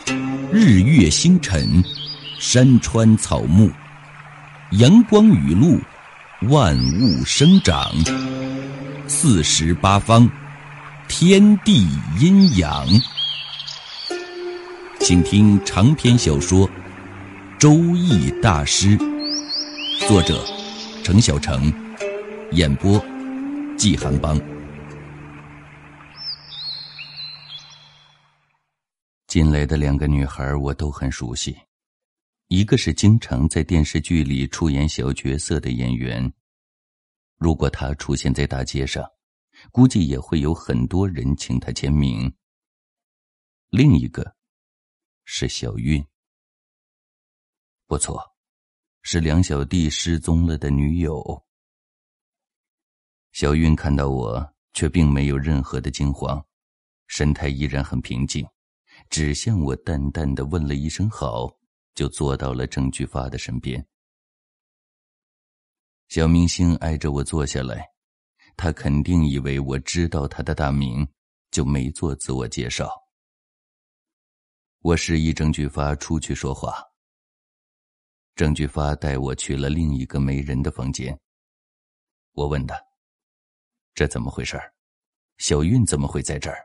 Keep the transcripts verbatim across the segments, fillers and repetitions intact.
日月星辰，山川草木，阳光雨露，万物生长，四时八方，天地阴阳。请听长篇小说《周易大师》，作者程小成，演播季寒邦。进来的两个女孩我都很熟悉，一个是经常在电视剧里出演小角色的演员，如果她出现在大街上，估计也会有很多人请她签名。另一个是小韵，不错，是梁小弟失踪了的女友。小韵看到我，却并没有任何的惊慌，神态依然很平静，只向我淡淡地问了一声好，就坐到了郑菊发的身边。小明星挨着我坐下来，他肯定以为我知道他的大名，就没做自我介绍。我示意郑菊发出去说话。郑菊发带我去了另一个没人的房间。我问他，这怎么回事？小韵怎么会在这儿？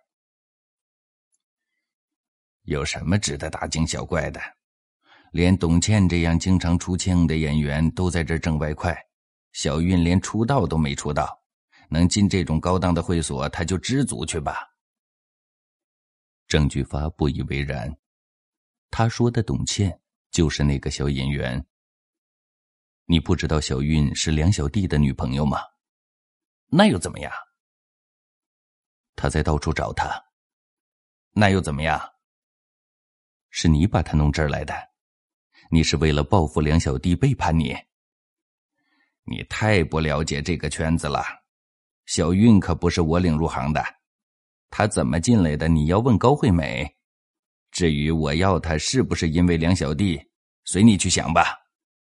有什么值得大惊小怪的？连董倩这样经常出镜的演员都在这挣外快，小韵连出道都没出道，能进这种高档的会所，她就知足去吧。 郑菊发不以为然，他说的董倩就是那个小演员。你不知道小韵是梁小弟的女朋友吗？ 那又怎么样？ 他在到处找她。 那又怎么样？ 是你把他弄这儿来的，你是为了报复梁小弟背叛你。 你太不了解这个圈子了，小韵可不是我领入行的，她怎么进来的你要问高惠美，至于我要她是不是因为梁小弟，随你去想吧。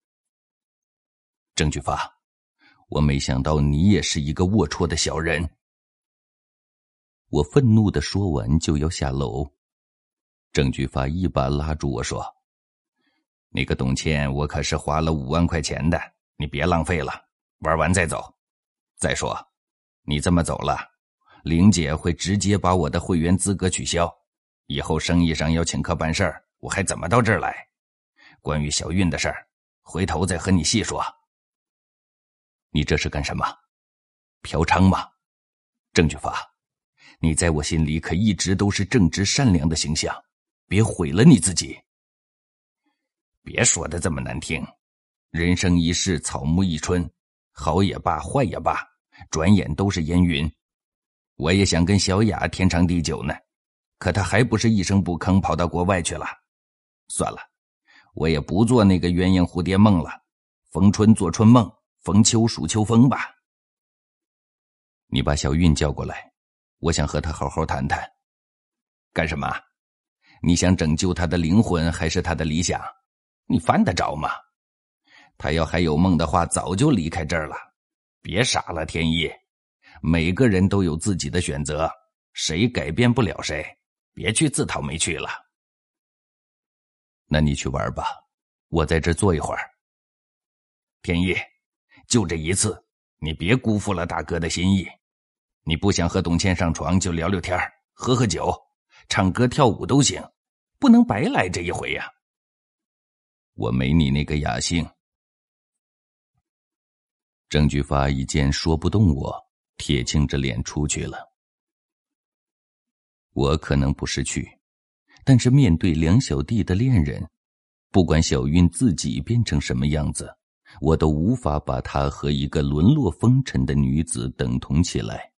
郑菊发，我没想到你也是一个龌龊的小人。我愤怒地说完就要下楼，郑菊发一把拉住我说， 那个董倩我可是花了五万块钱的，你别浪费了，玩完再走。再说你这么走了，玲姐会直接把我的会员资格取消，以后生意上要请客办事儿，我还怎么到这儿来？关于小韵的事儿，回头再和你细说。 你这是干什么？嫖娼吗？郑菊发，你在我心里可一直都是正直善良的形象，别毁了你自己。 别说的这么难听，人生一世，草木一春，好也罢，坏也罢，转眼都是烟云。我也想跟小雅天长地久呢，可她还不是一声不吭跑到国外去了。算了，我也不做那个鸳鸯蝴蝶梦了，逢春做春梦，逢秋数秋风吧。 你把小韵叫过来，我想和她好好谈谈。 干什么？你想拯救她的灵魂还是她的理想？你犯得着吗？她要还有梦的话，早就离开这儿了。别傻了，天意，每个人都有自己的选择，谁改变不了谁，别去自讨没趣了。 那你去玩吧，我在这坐一会儿。 天意，就这一次，你别辜负了大哥的心意。你不想和董倩上床，就聊聊天，喝喝酒，唱歌跳舞都行，不能白来这一回呀。 我没你那个雅兴。郑菊发一见说不动我，铁青着脸出去了。我可能不是去，但是面对梁小弟的恋人，不管小韵自己变成什么样子，我都无法把她和一个沦落风尘的女子等同起来。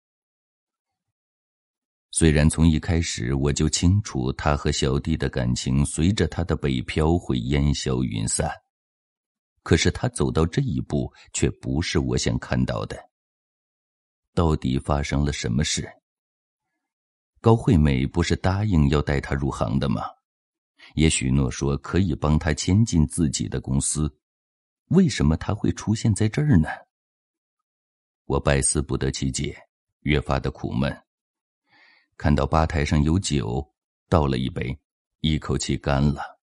虽然从一开始我就清楚他和小弟的感情随着他的北漂会烟消云散，可是他走到这一步却不是我想看到的。到底发生了什么事？高惠美不是答应要带他入行的吗？也许诺说可以帮他签进自己的公司，为什么他会出现在这儿呢？我百思不得其解，越发的苦闷。看到吧台上有酒，倒了一杯， 一口气干了。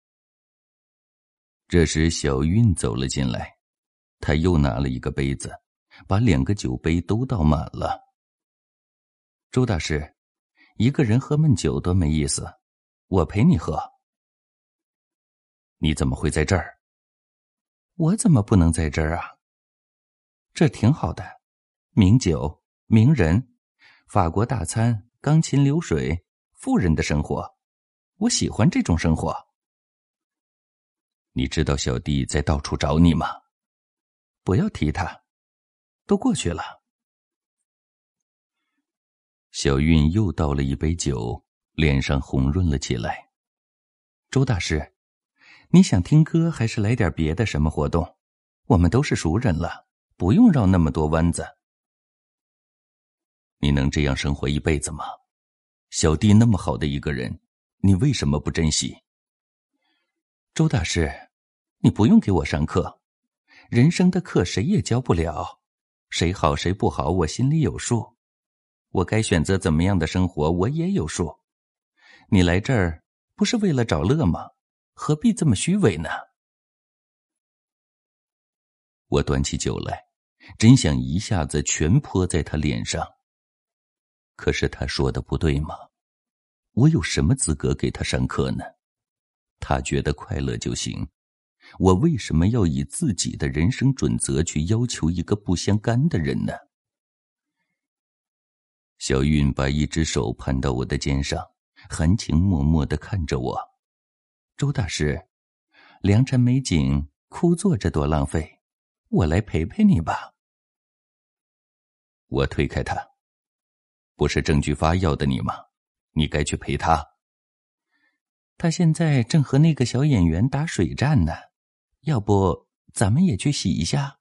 这时小韵走了进来，她又拿了一个杯子，把两个酒杯都倒满了。周大师，一个人喝闷酒多没意思，我陪你喝。你怎么会在这儿？我怎么不能在这儿啊？这挺好的，名酒、名人，法国大餐，钢琴流水，富人的生活，我喜欢这种生活。你知道小弟在到处找你吗？不要提他，都过去了。小韵又倒了一杯酒，脸上红润了起来。周大师，你想听歌还是来点别的什么活动？我们都是熟人了，不用绕那么多弯子。你能这样生活一辈子吗？小弟那么好的一个人，你为什么不珍惜？周大师，你不用给我上课，人生的课谁也教不了，谁好谁不好我心里有数，我该选择怎么样的生活我也有数。你来这儿不是为了找乐吗？何必这么虚伪呢？我端起酒来，真想一下子全泼在他脸上。可是他说的不对吗？我有什么资格给他上课呢？他觉得快乐就行，我为什么要以自己的人生准则去要求一个不相干的人呢？小韵把一只手攀到我的肩上，含情脉脉地看着我。周大师，良辰美景枯坐着多浪费，我来陪陪你吧。我推开他，不是郑菊发要的你吗？你该去陪他。他现在正和那个小演员打水战呢，要不咱们也去洗一下？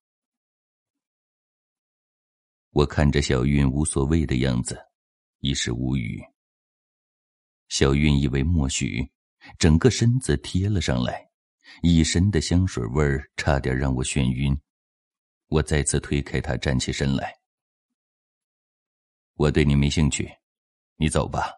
我看着小韵无所谓的样子，一时无语。小韵以为默许，整个身子贴了上来，一身的香水味儿差点让我眩晕。我再次推开她，站起身来。我对你没兴趣，你走吧。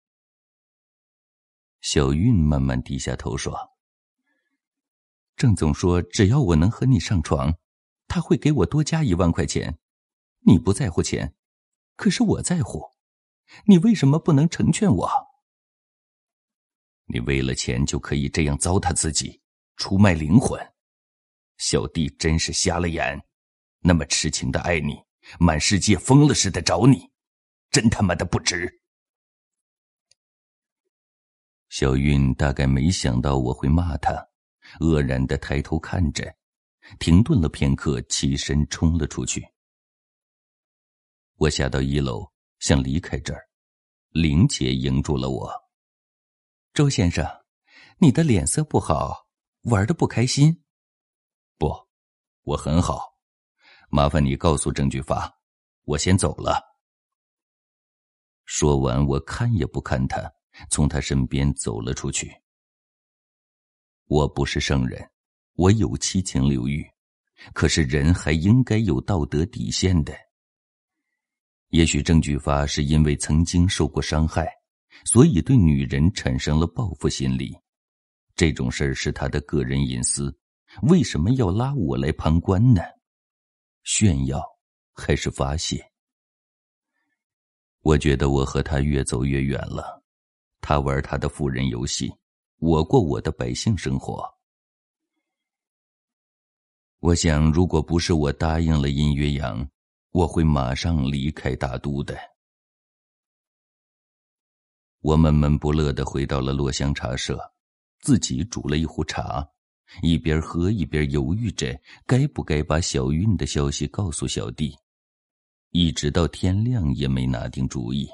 小韵慢慢低下头说，郑总说只要我能和你上床，他会给我多加一万块钱。你不在乎钱，可是我在乎，你为什么不能成全我？你为了钱就可以这样糟蹋自己，出卖灵魂。小弟真是瞎了眼，那么痴情的爱你，满世界疯了似的找你，真他妈的不值。小韵大概没想到我会骂她，愕然地抬头看着，停顿了片刻，起身冲了出去。我下到一楼，想离开这儿，玲姐迎住了我。周先生，你的脸色不好，玩得不开心？不，我很好，麻烦你告诉郑菊发，我先走了。说完，我看也不看他，从他身边走了出去。我不是圣人，我有七情六欲，可是人还应该有道德底线的。也许郑菊发是因为曾经受过伤害，所以对女人产生了报复心理。这种事儿是他的个人隐私，为什么要拉我来旁观呢？炫耀还是发泄？我觉得我和他越走越远了，他玩他的富人游戏，我过我的百姓生活。我想，如果不是我答应了殷岳阳，我会马上离开大都的。我闷闷不乐地回到了落香茶社，自己煮了一壶茶，一边喝一边犹豫着该不该把小韵的消息告诉小弟，一直到天亮也没拿定主意。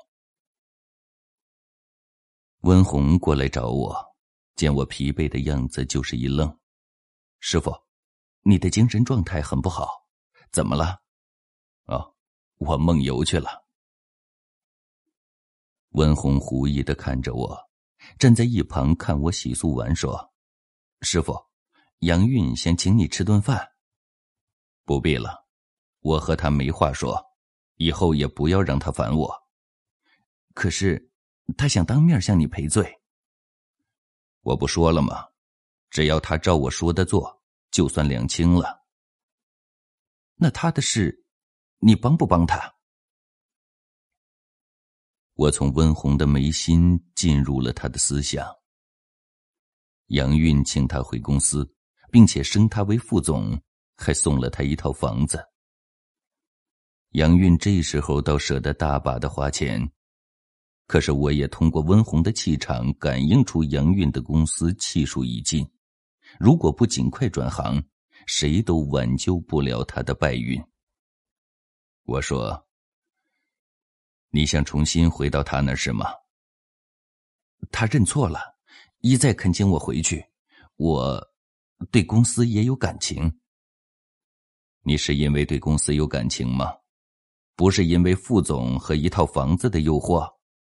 温红过来找我，见我疲惫的样子就是一愣。师傅，你的精神状态很不好，怎么了？哦，我梦游去了。温红狐疑地看着我，站在一旁看我洗漱完说，师傅，杨韵先请你吃顿饭。不必了，我和他没话说，以后也不要让他烦我。可是他想当面向你赔罪。 我不说了吗？只要他照我说的做，就算两清了。 那他的事，你帮不帮他？ 我从温红的眉心进入了他的思想。杨运请他回公司，并且升他为副总，还送了他一套房子。杨运这时候倒舍得大把的花钱，可是我也通过温红的气场感应出杨运的公司气数已尽，如果不尽快转行，谁都挽救不了他的败运。我说，你想重新回到他那儿是吗？ 他认错了，一再恳请我回去，我对公司也有感情。 你是因为对公司有感情吗？不是因为副总和一套房子的诱惑？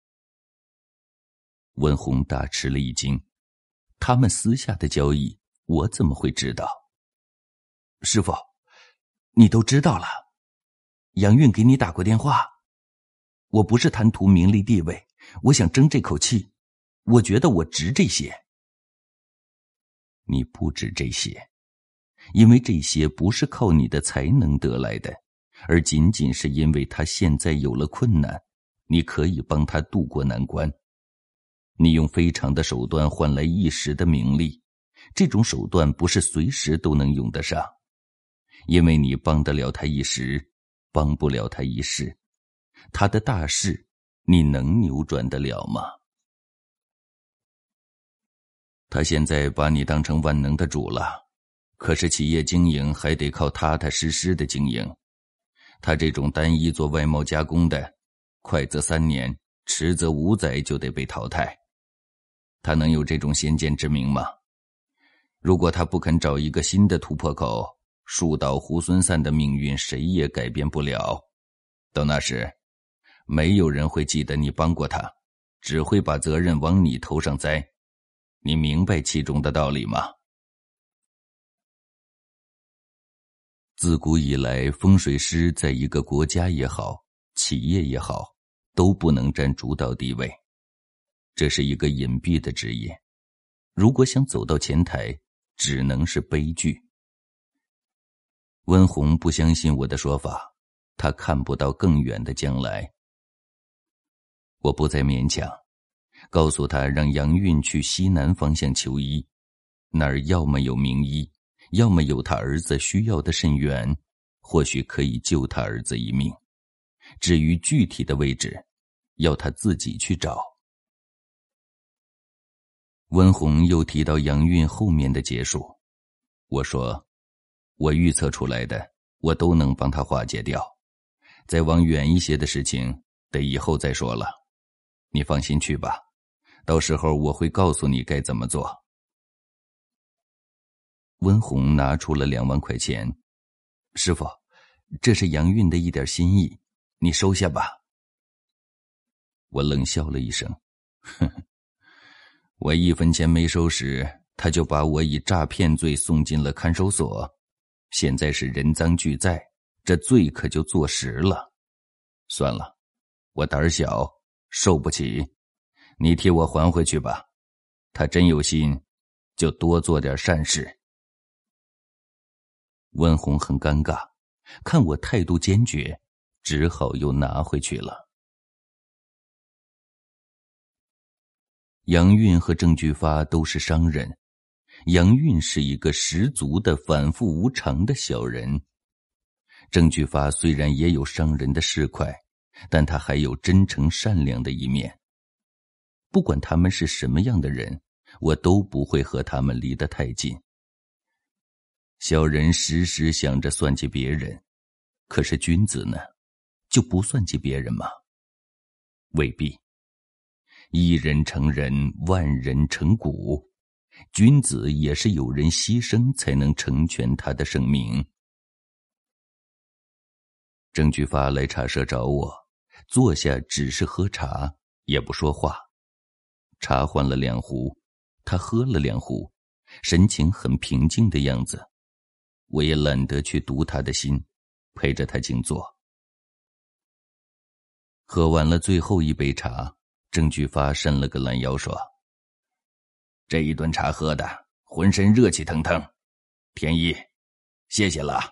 温红大吃了一惊，他们私下的交易，我怎么会知道？ 师傅，你都知道了。杨运给你打过电话。我不是贪图名利地位，我想争这口气，我觉得我值这些。 你不值这些，因为这些不是靠你的才能得来的，而仅仅是因为他现在有了困难，你可以帮他渡过难关。你用非常的手段换来一时的名利，这种手段不是随时都能用得上，因为你帮得了他一时，帮不了他一世。他的大事，你能扭转得了吗？他现在把你当成万能的主了，可是企业经营还得靠踏踏实实的经营。他这种单一做外贸加工的，快则三年，迟则五载就得被淘汰。他能有这种先见之明吗？如果他不肯找一个新的突破口，树倒猢狲散的命运谁也改变不了。到那时，没有人会记得你帮过他，只会把责任往你头上栽。你明白其中的道理吗？自古以来，风水师在一个国家也好，企业也好，都不能占主导地位。这是一个隐蔽的职业，如果想走到前台，只能是悲剧。温红不相信我的说法，他看不到更远的将来。我不再勉强，告诉他让杨运去西南方向求医，那儿要么有名医，要么有他儿子需要的肾源，或许可以救他儿子一命。至于具体的位置，要他自己去找。温红又提到杨运后面的结束，我说，我预测出来的，我都能帮他化解掉。再往远一些的事情，得以后再说了。你放心去吧，到时候我会告诉你该怎么做。温红拿出了两万块钱， 师傅，这是杨运的一点心意，你收下吧。 我冷笑了一声，呵呵，我一分钱没收时，他就把我以诈骗罪送进了看守所，现在是人赃俱在，这罪可就坐实了。算了，我胆小，受不起，你替我还回去吧。他真有心，就多做点善事。温红很尴尬，看我态度坚决，只好又拿回去了。杨运和郑巨发都是商人，杨运是一个十足的反复无常的小人。郑巨发虽然也有商人的市侩，但他还有真诚善良的一面。不管他们是什么样的人，我都不会和他们离得太近。小人时时想着算计别人，可是君子呢，就不算计别人吗？未必。一人成人，万人成骨，君子也是有人牺牲才能成全他的生命。郑巨发来茶社找我，坐下只是喝茶，也不说话。茶换了两壶，他喝了两壶，神情很平静的样子。我也懒得去读他的心，陪着他静坐。喝完了最后一杯茶，郑巨发伸了个懒腰说：“ 这一顿茶喝的浑身热气腾腾，天一，谢谢了。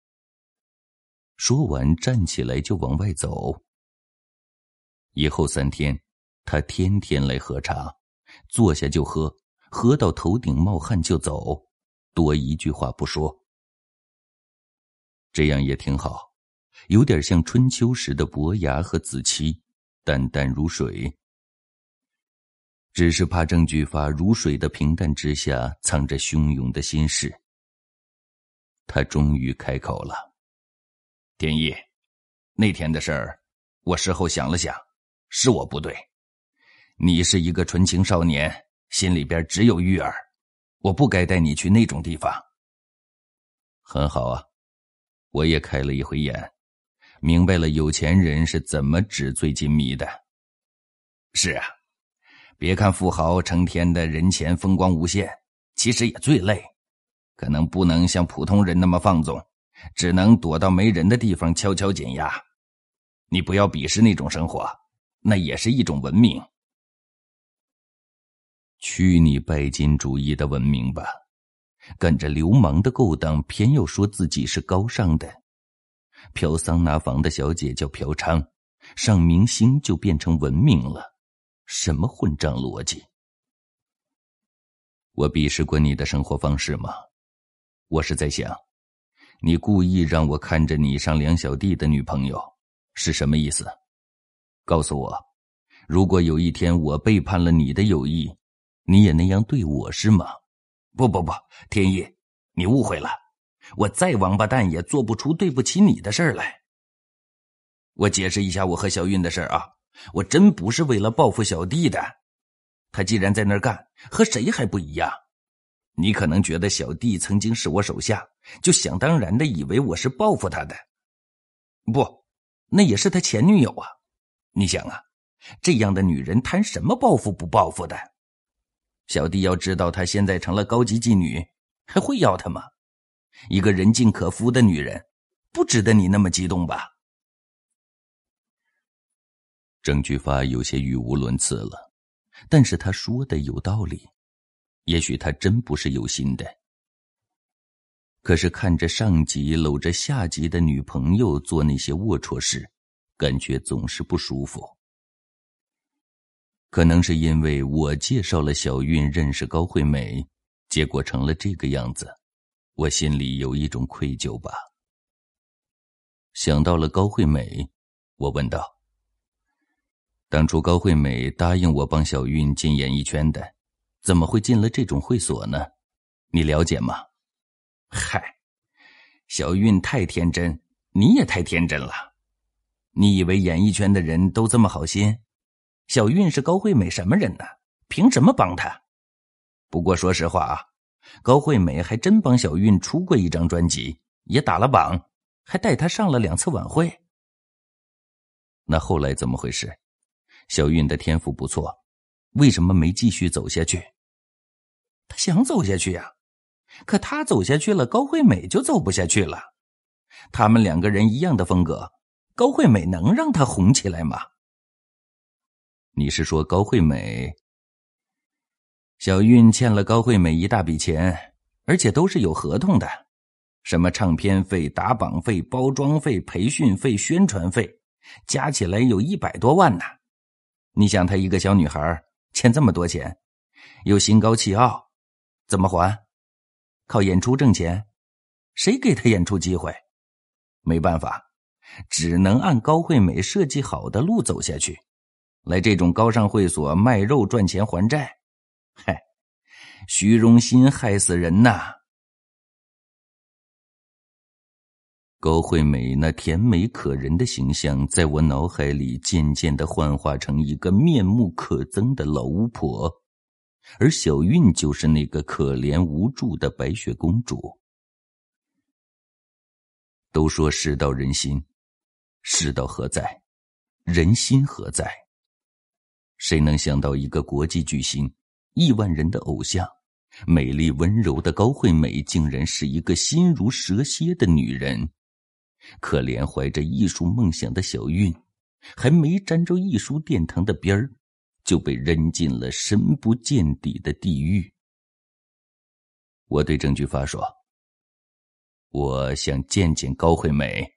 说完站起来就往外走。以后三天，他天天来喝茶，坐下就喝，喝到头顶冒汗就走，多一句话不说。这样也挺好，有点像春秋时的伯牙和子期，淡淡如水。只是怕郑举发如水的平淡之下藏着汹涌的心事。他终于开口了： 天一，那天的事儿，我事后想了想，是我不对。你是一个纯情少年，心里边只有玉儿，我不该带你去那种地方。 很好啊，我也开了一回眼，明白了有钱人是怎么纸醉金迷的。 是啊，别看富豪成天的人前风光无限，其实也最累，可能不能像普通人那么放纵，只能躲到没人的地方悄悄减压。你不要鄙视那种生活，那也是一种文明。 去你拜金主义的文明吧，跟着流氓的勾当，偏要说自己是高尚的。嫖桑拿房的小姐叫嫖娼，上明星就变成文明了，什么混账逻辑？我鄙视过你的生活方式吗？我是在想，你故意让我看着你上梁小弟的女朋友，是什么意思？告诉我，如果有一天我背叛了你的友谊，你也那样对我是吗？ 不不不，天一，你误会了，我再王八蛋也做不出对不起你的事儿来。我解释一下我和小韵的事儿啊，我真不是为了报复小弟的。他既然在那儿干，和谁还不一样？你可能觉得小弟曾经是我手下，就想当然的以为我是报复他的。不，那也是他前女友啊。你想啊，这样的女人谈什么报复不报复的？小弟要知道她现在成了高级妓女，还会要她吗？一个人尽可夫的女人，不值得你那么激动吧？ 郑举发有些语无伦次了，但是他说的有道理，也许他真不是有心的。可是看着上级搂着下级的女朋友做那些龌龊事，感觉总是不舒服。可能是因为我介绍了小韵认识高惠美，结果成了这个样子，我心里有一种愧疚吧。想到了高惠美，我问道：当初高惠美答应我帮小韵进演艺圈的，怎么会进了这种会所呢？你了解吗？ 嗨，小韵太天真，你也太天真了。你以为演艺圈的人都这么好心？小韵是高惠美什么人呢？凭什么帮她？不过说实话啊，高惠美还真帮小韵出过一张专辑，也打了榜，还带她上了两次晚会。 那后来怎么回事？小韵的天赋不错，为什么没继续走下去？ 她想走下去呀，可她走下去了，高惠美就走不下去了。他们两个人一样的风格，高惠美能让她红起来吗？ 你是说高惠美？ 小韵欠了高惠美一大笔钱，而且都是有合同的，什么唱片费、打榜费、包装费、培训费、宣传费，加起来有一百多万呢。你想她一个小女孩欠这么多钱，又心高气傲，怎么还？靠演出挣钱？谁给她演出机会？没办法，只能按高惠美设计好的路走下去。来这种高尚会所卖肉赚钱还债，嗨，虚荣心害死人呐！ 高惠美那甜美可人的形象在我脑海里渐渐地幻化成一个面目可憎的老巫婆，而小韵就是那个可怜无助的白雪公主。都说世道人心，世道何在？人心何在？谁能想到一个国际巨星，亿万人的偶像，美丽温柔的高惠美竟然是一个心如蛇蝎的女人。可怜怀着艺术梦想的小韵，还没沾着艺术殿堂的边儿， 就被扔进了深不见底的地狱。我对郑菊发说：“我想见见高惠美。”